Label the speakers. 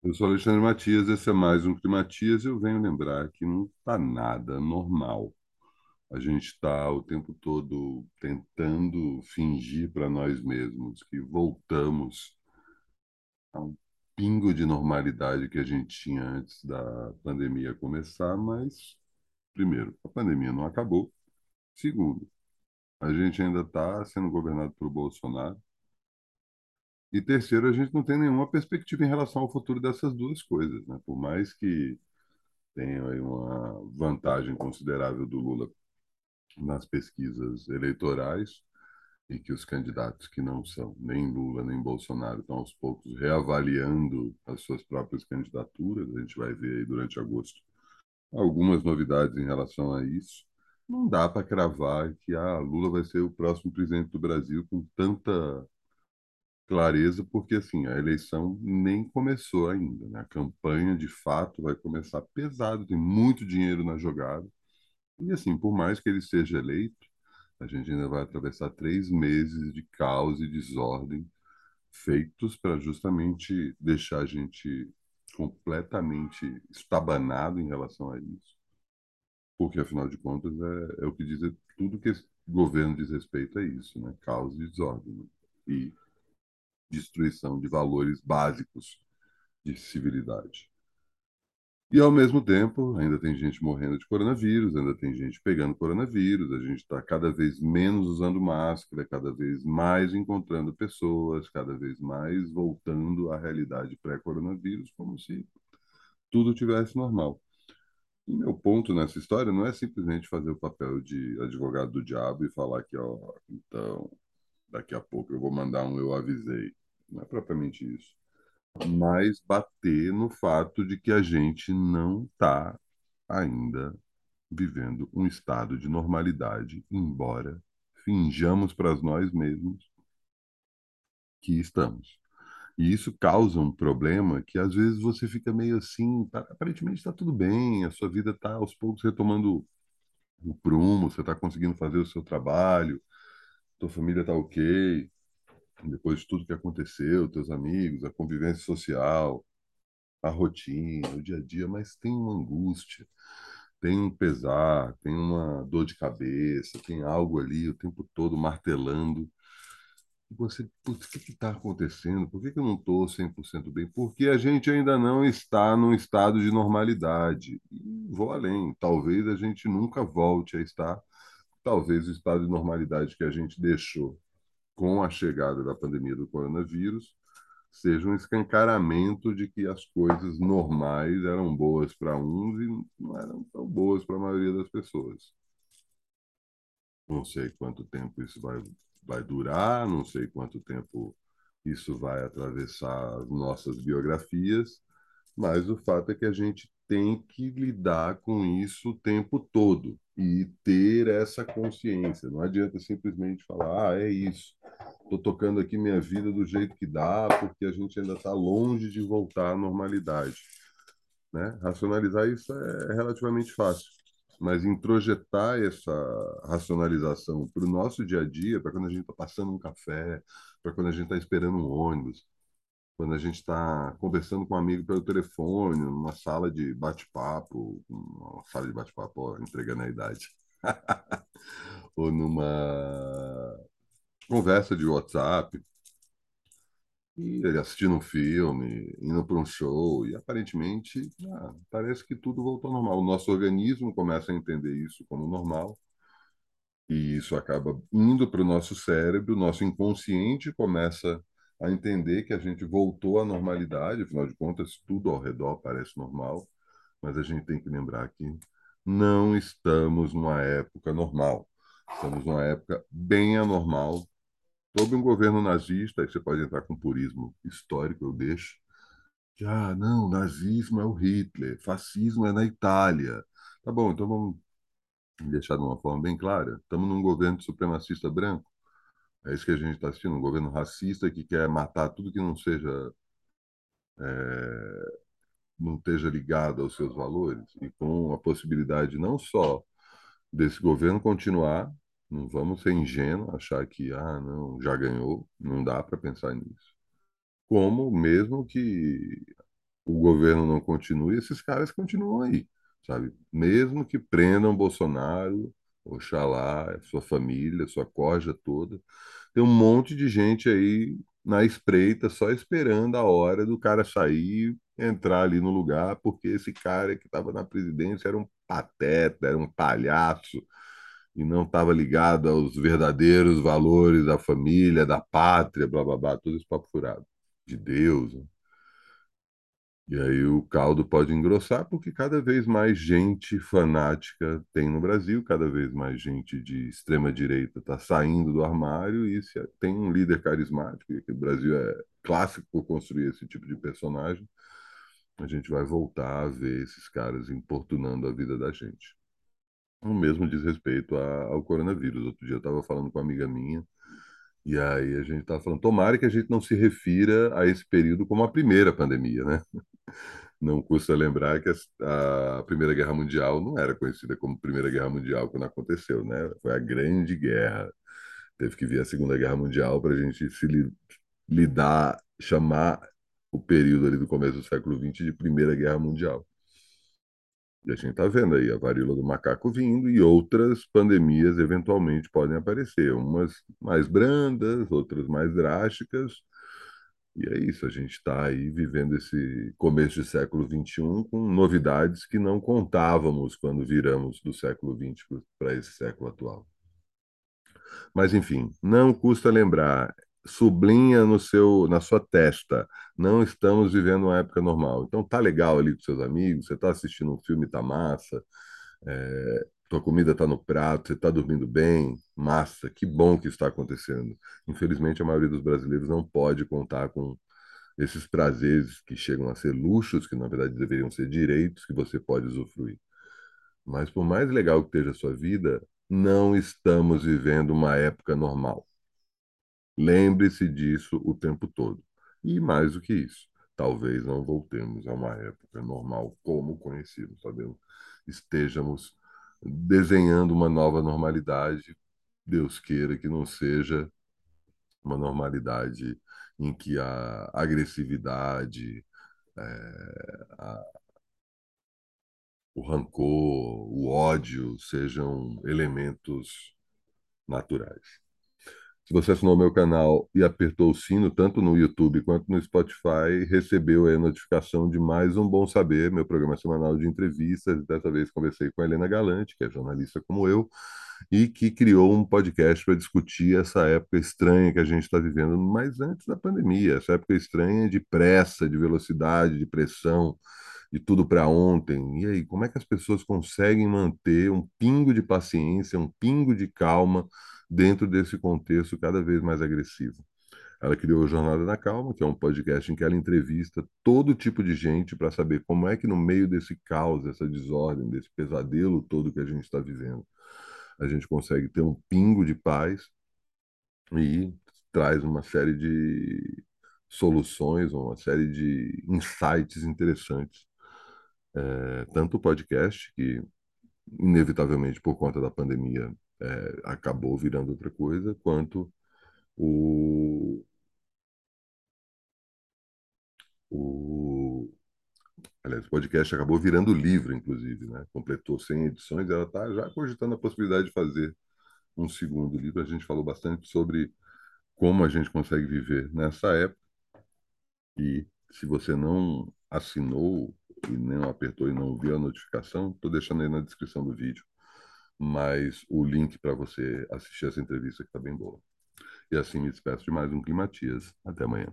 Speaker 1: Eu sou Alexandre Matias, esse é mais um Climatias e eu venho lembrar que não está nada normal. A gente está o tempo todo tentando fingir para nós mesmos que voltamos a um pingo de normalidade que a gente tinha antes da pandemia começar, mas, primeiro, a pandemia não acabou. Segundo, a gente ainda está sendo governado por Bolsonaro. E terceiro, a gente não tem nenhuma perspectiva em relação ao futuro dessas duas coisas, né? Por mais que tem aí uma vantagem considerável do Lula nas pesquisas eleitorais e que os candidatos que não são nem Lula nem Bolsonaro estão aos poucos reavaliando as suas próprias candidaturas. A gente vai ver aí durante agosto algumas novidades em relação a isso. Não dá para cravar que Lula vai ser o próximo presidente do Brasil com tanta clareza, porque assim, a eleição nem começou ainda, né? A campanha de fato vai começar pesado, tem muito dinheiro na jogada. E assim, por mais que ele seja eleito, a gente ainda vai atravessar 3 meses de caos e desordem feitos para justamente deixar a gente completamente estabanado em relação a isso. Porque, afinal de contas, é o que diz tudo que esse governo diz respeito a isso, né? Caos e desordem, né? E destruição de valores básicos de civilidade. E, ao mesmo tempo, ainda tem gente morrendo de coronavírus, ainda tem gente pegando coronavírus, a gente está cada vez menos usando máscara, cada vez mais encontrando pessoas, cada vez mais voltando à realidade pré-coronavírus, como se tudo tivesse normal. E meu ponto nessa história não é simplesmente fazer o papel de advogado do diabo e falar que, ó, então, daqui a pouco eu vou mandar um eu avisei. Não é propriamente isso, mas bater no fato de que a gente não está ainda vivendo um estado de normalidade, embora finjamos para nós mesmos que estamos. E isso causa um problema que às vezes você fica meio assim, aparentemente está tudo bem, a sua vida está aos poucos retomando o prumo, você está conseguindo fazer o seu trabalho, tua família está ok, depois de tudo que aconteceu, teus amigos, a convivência social, a rotina, o dia a dia, mas tem uma angústia, tem um pesar, tem uma dor de cabeça, tem algo ali o tempo todo martelando. E você, putz, o que está acontecendo? Por que que eu não estou 100% bem? Porque a gente ainda não está num estado de normalidade. E vou além, talvez a gente nunca volte a estar, talvez o estado de normalidade que a gente deixou com a chegada da pandemia do coronavírus seja um escancaramento de que as coisas normais eram boas para uns e não eram tão boas para a maioria das pessoas. Não sei quanto tempo isso vai durar, não sei quanto tempo isso vai atravessar as nossas biografias, mas o fato é que a gente tem que lidar com isso o tempo todo e ter essa consciência. Não adianta simplesmente falar, é isso, estou tocando aqui minha vida do jeito que dá, porque a gente ainda está longe de voltar à normalidade, né? Racionalizar isso é relativamente fácil, mas introjetar essa racionalização para o nosso dia a dia, para quando a gente está passando um café, para quando a gente está esperando um ônibus, quando a gente está conversando com um amigo pelo telefone, numa sala de bate-papo, uma sala de bate-papo, ó, entregando a idade, ou numa conversa de WhatsApp, e ele assistindo um filme, indo para um show, e aparentemente parece que tudo voltou ao normal. O nosso organismo começa a entender isso como normal, e isso acaba indo para o nosso cérebro, o nosso inconsciente começa a entender que a gente voltou à normalidade, afinal de contas, tudo ao redor parece normal, mas a gente tem que lembrar que não estamos numa época normal. Estamos numa época bem anormal. Sob um governo nazista, aí você pode entrar com purismo histórico, eu deixo. Que, não, nazismo é o Hitler, fascismo é na Itália. Tá bom, então vamos deixar de uma forma bem clara. Estamos num governo supremacista branco. É isso que a gente está assistindo, um governo racista que quer matar tudo que não seja, não esteja ligado aos seus valores, e com a possibilidade não só desse governo continuar, não vamos ser ingênuos, achar que, não, já ganhou, não dá para pensar nisso. Como mesmo que o governo não continue, esses caras continuam aí, sabe? Mesmo que prendam Bolsonaro, Oxalá, sua família, sua corja toda, tem um monte de gente aí na espreita, só esperando a hora do cara sair, entrar ali no lugar, porque esse cara que estava na presidência era um pateta, era um palhaço, e não estava ligado aos verdadeiros valores da família, da pátria, blá blá blá, todo esse papo furado. De Deus, né? E aí o caldo pode engrossar porque cada vez mais gente fanática tem no Brasil, cada vez mais gente de extrema direita está saindo do armário e se tem um líder carismático, e aqui o Brasil é clássico por construir esse tipo de personagem, a gente vai voltar a ver esses caras importunando a vida da gente. O mesmo diz respeito ao coronavírus. Outro dia eu estava falando com uma amiga minha e aí a gente estava falando, tomara que a gente não se refira a esse período como a primeira pandemia, né? Não custa lembrar que a Primeira Guerra Mundial não era conhecida como Primeira Guerra Mundial quando aconteceu, né? Foi a Grande Guerra. Teve que vir a Segunda Guerra Mundial para a gente lidar, chamar o período ali do começo do século XX de Primeira Guerra Mundial. E a gente está vendo aí a varíola do macaco vindo e outras pandemias eventualmente podem aparecer, umas mais brandas, outras mais drásticas, e é isso, a gente está aí vivendo esse começo de século XXI com novidades que não contávamos quando viramos do século XX para esse século atual. Mas, enfim, não custa lembrar, sublinha no seu, na sua testa, não estamos vivendo uma época normal. Então, tá legal ali com seus amigos, você está assistindo um filme, tá massa, tua comida está no prato, você está dormindo bem, massa, que bom que está acontecendo. Infelizmente, a maioria dos brasileiros não pode contar com esses prazeres que chegam a ser luxos, que na verdade deveriam ser direitos que você pode usufruir. Mas por mais legal que esteja a sua vida, não estamos vivendo uma época normal. Lembre-se disso o tempo todo. E mais do que isso, talvez não voltemos a uma época normal como conhecíamos, sabemos? Estejamos desenhando uma nova normalidade. Deus queira que não seja uma normalidade em que a agressividade, o rancor, o ódio sejam elementos naturais. Se você assinou meu canal e apertou o sino, tanto no YouTube quanto no Spotify, recebeu aí a notificação de mais um Bom Saber, meu programa semanal de entrevistas. Dessa vez conversei com a Helena Galante, que é jornalista como eu, e que criou um podcast para discutir essa época estranha que a gente está vivendo, mas antes da pandemia, essa época estranha de pressa, de velocidade, de pressão, de tudo para ontem. E aí, como é que as pessoas conseguem manter um pingo de paciência, um pingo de calma dentro desse contexto cada vez mais agressivo? Ela criou o Jornada da Calma, que é um podcast em que ela entrevista todo tipo de gente para saber como é que no meio desse caos, dessa desordem, desse pesadelo todo que a gente está vivendo, a gente consegue ter um pingo de paz e traz uma série de soluções, uma série de insights interessantes. Tanto o podcast, que inevitavelmente por conta da pandemia acabou virando outra coisa, quanto o, o, aliás, o podcast acabou virando livro, inclusive, né? Completou 100 edições, ela está já cogitando a possibilidade de fazer um segundo livro. A gente falou bastante sobre como a gente consegue viver nessa época. E se você não assinou e não apertou e não viu a notificação, estou deixando aí na descrição do vídeo, mas o link para você assistir essa entrevista que está bem boa. E assim me despeço de mais um Climatias. Até amanhã.